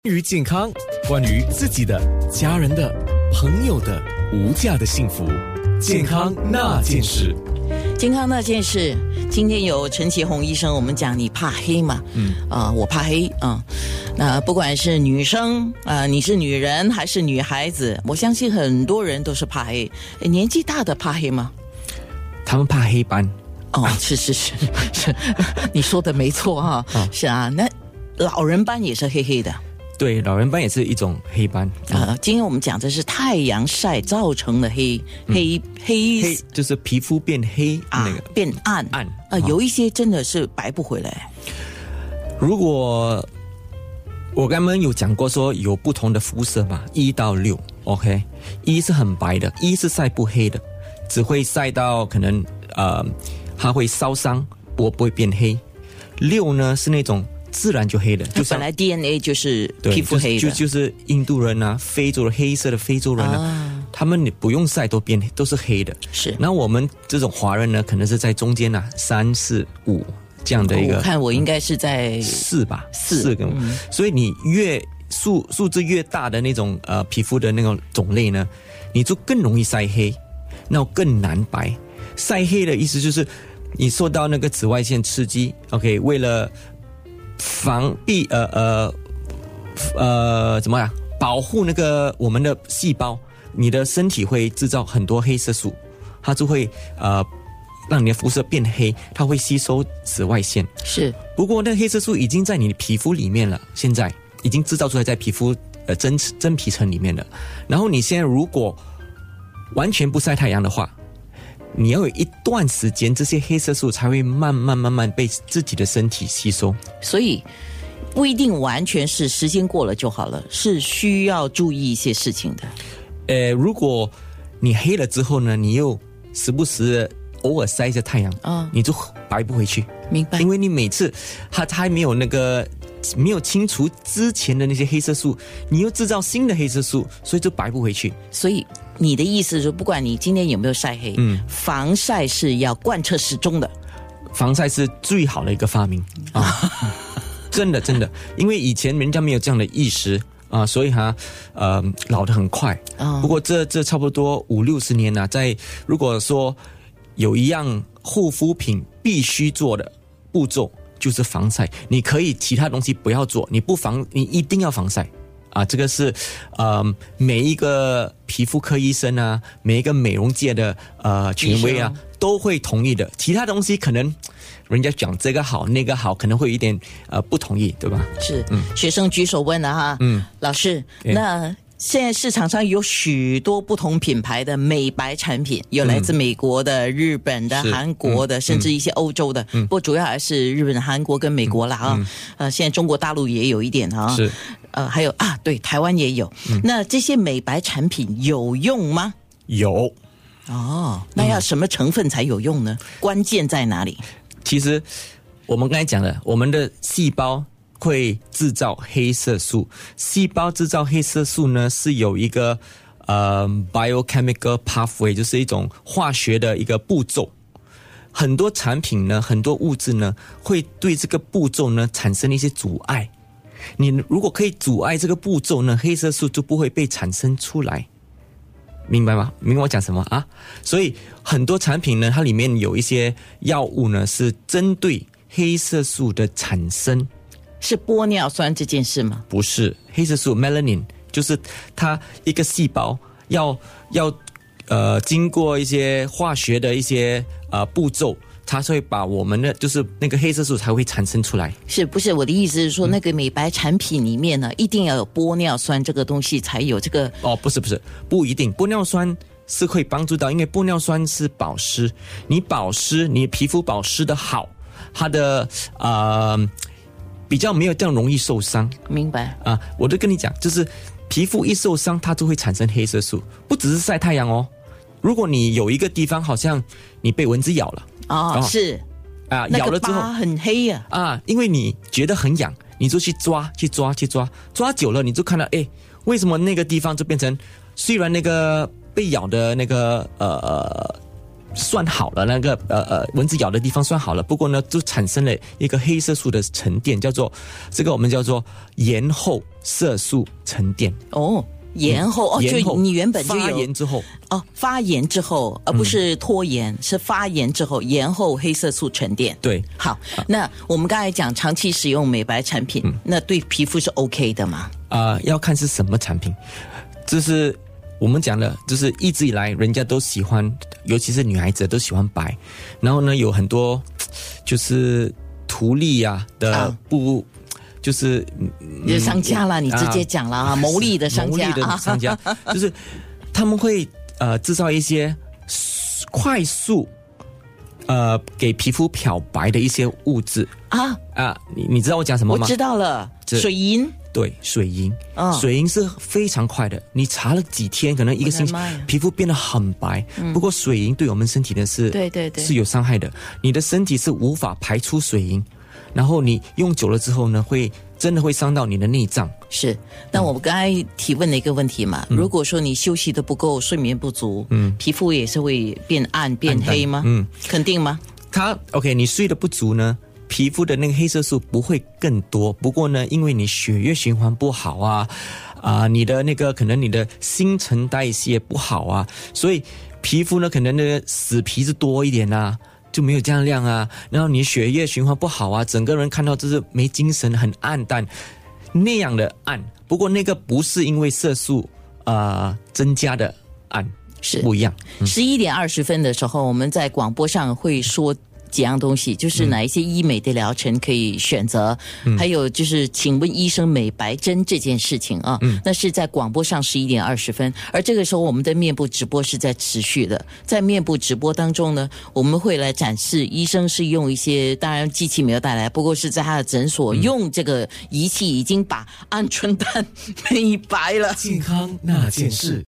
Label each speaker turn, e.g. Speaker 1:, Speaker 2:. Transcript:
Speaker 1: 关于健康，关于自己的、家人的、朋友的无价的幸福，健康那件事。
Speaker 2: 健康那件事，今天有陈其宏医生，我们讲你怕黑嘛？我怕黑啊。那不管是女生你是女人还是女孩子，我相信很多人都是怕黑。年纪大的怕黑吗？
Speaker 3: 他们怕黑斑。
Speaker 2: 是，你说的没错哈。是啊，那老人斑也是黑黑的。
Speaker 3: 对，老人斑也是一种黑斑。
Speaker 2: 今天我们讲的是太阳晒造成的黑，
Speaker 3: 就是皮肤变黑那个
Speaker 2: 变暗。有一些真的是白不回来。
Speaker 3: 如果我刚刚有讲过说有不同的肤色嘛，1到6 ，OK， 1是很白的，1是晒不黑的，只会晒到可能它会烧伤，不会变黑。6呢是那种自然就黑的，就
Speaker 2: 本来 DNA 就是皮肤黑的，
Speaker 3: 就是印度人啊，非洲的黑色的非洲人啊，他们你不用晒都是黑的。是，那我们这种华人呢，可能是在中间啊，3、4、5这样的一个。
Speaker 2: 我看我应该是在
Speaker 3: 4吧，4个。所以你越数字越大的那种皮肤的那种种类呢，你就更容易晒黑，那更难白。晒黑的意思就是你受到那个紫外线刺激 ，OK， 为了防避怎么样保护那个我们的细胞，你的身体会制造很多黑色素，它就会让你的肤色变黑，它会吸收紫外线。是，不过那黑色素已经在你的皮肤里面了，现在已经制造出来在皮肤真皮层里面了。然后你现在如果完全不晒太阳的话，你要有一段时间，这些黑色素才会慢慢被自己的身体吸收。
Speaker 2: 所以不一定完全是时间过了就好了，是需要注意一些事情的。
Speaker 3: 如果你黑了之后呢，你又时不时偶尔晒一下太阳，你就白不回去。明白？因为你每次它还没有清除之前的那些黑色素，你又制造新的黑色素，所以就白不回去。
Speaker 2: 所以你的意思是，不管你今天有没有晒黑，防晒是要贯彻始终的。
Speaker 3: 防晒是最好的一个发明真的，因为以前人家没有这样的意识所以它老得很快。不过这差不多50-60年了，如果说有一样护肤品必须做的步骤，就是防晒。你可以其他东西不要做，你一定要防晒这个是每一个皮肤科医生啊，每一个美容界的权威啊都会同意的。其他东西可能人家讲这个好那个好，可能会有一点不同意，对吧？是，
Speaker 2: 学生举手问了哈，老师，那现在市场上有许多不同品牌的美白产品，有来自美国的、日本的、韩国的，甚至一些欧洲的。不过主要还是日本、韩国跟美国啦现在中国大陆也有一点是。还有对，台湾也有。那这些美白产品有用吗？
Speaker 3: 有。
Speaker 2: 那要什么成分才有用呢？关键在哪里？
Speaker 3: 其实我们刚才讲的，我们的细胞会制造黑色素，细胞制造黑色素呢是有一个biochemical pathway， 就是一种化学的一个步骤。很多产品呢，很多物质呢，会对这个步骤呢产生一些阻碍。你如果可以阻碍这个步骤呢，黑色素就不会被产生出来。明白吗？明白我讲什么所以很多产品呢，它里面有一些药物呢，是针对黑色素的产生。
Speaker 2: 是玻尿酸这件事吗？
Speaker 3: 不是，黑色素 melanin 就是它一个细胞要经过一些化学的一些步骤，它会把我们的就是那个黑色素才会产生出来。
Speaker 2: 是不是？我的意思是说，那个美白产品里面呢，一定要有玻尿酸这个东西才有这个。
Speaker 3: 不是，不一定。玻尿酸是会帮助到，因为玻尿酸是保湿，你皮肤保湿的好，它的比较没有这样容易受伤。明白我就跟你讲，就是皮肤一受伤，它就会产生黑色素，不只是晒太阳如果你有一个地方好像你被蚊子咬了
Speaker 2: 是
Speaker 3: 咬了之后
Speaker 2: 很黑
Speaker 3: 因为你觉得很痒，你就去抓久了，你就看到为什么那个地方就变成，虽然那个被咬的那个算好了，那个蚊子咬的地方算好了，不过呢，就产生了一个黑色素的沉淀，叫做这个我们叫做延后色素沉淀。
Speaker 2: 哦，延后就你原本就有
Speaker 3: 发炎之后
Speaker 2: 发炎之后，而不是拖延，是发炎之后延后黑色素沉淀。
Speaker 3: 对，
Speaker 2: 好，那我们刚才讲长期使用美白产品，那对皮肤是 OK 的吗？
Speaker 3: 要看是什么产品，就是我们讲的，就是一直以来人家都喜欢，尤其是女孩子都喜欢白，然后呢有很多就是图利的就是
Speaker 2: 商家啦，你直接讲了啊，牟利的商家，
Speaker 3: 就是他们会制造一些快速给皮肤漂白的一些物质你知道我讲什么吗？
Speaker 2: 我知道了，水银。
Speaker 3: 对，水银，水银是非常快的，你擦了几天，可能一个星期，皮肤变得很白。不过水银对我们身体呢是是有伤害的，你的身体是无法排出水银，然后你用久了之后呢，真的会伤到你的内脏。是，
Speaker 2: 那我们刚才提问了一个问题嘛，如果说你休息的不够，睡眠不足，皮肤也是会变暗变黑吗？肯定吗？
Speaker 3: 你睡得不足呢，皮肤的那个黑色素不会更多，不过呢，因为你血液循环不好你的那个可能你的新陈代谢不好所以皮肤呢可能那个死皮子多一点就没有这样亮然后你血液循环不好整个人看到就是没精神，很暗淡那样的暗。不过那个不是因为色素增加的暗，是不一样。
Speaker 2: 11点20分的时候，我们在广播上会说几样东西，就是哪一些医美的疗程可以选择，还有就是请问医生美白针这件事情那是在广播上11点20分，而这个时候我们的面部直播是在持续的。在面部直播当中呢，我们会来展示医生是用一些，当然机器没有带来，不过是在他的诊所用这个仪器已经把鹌鹑蛋美白了。
Speaker 1: 健康那件事。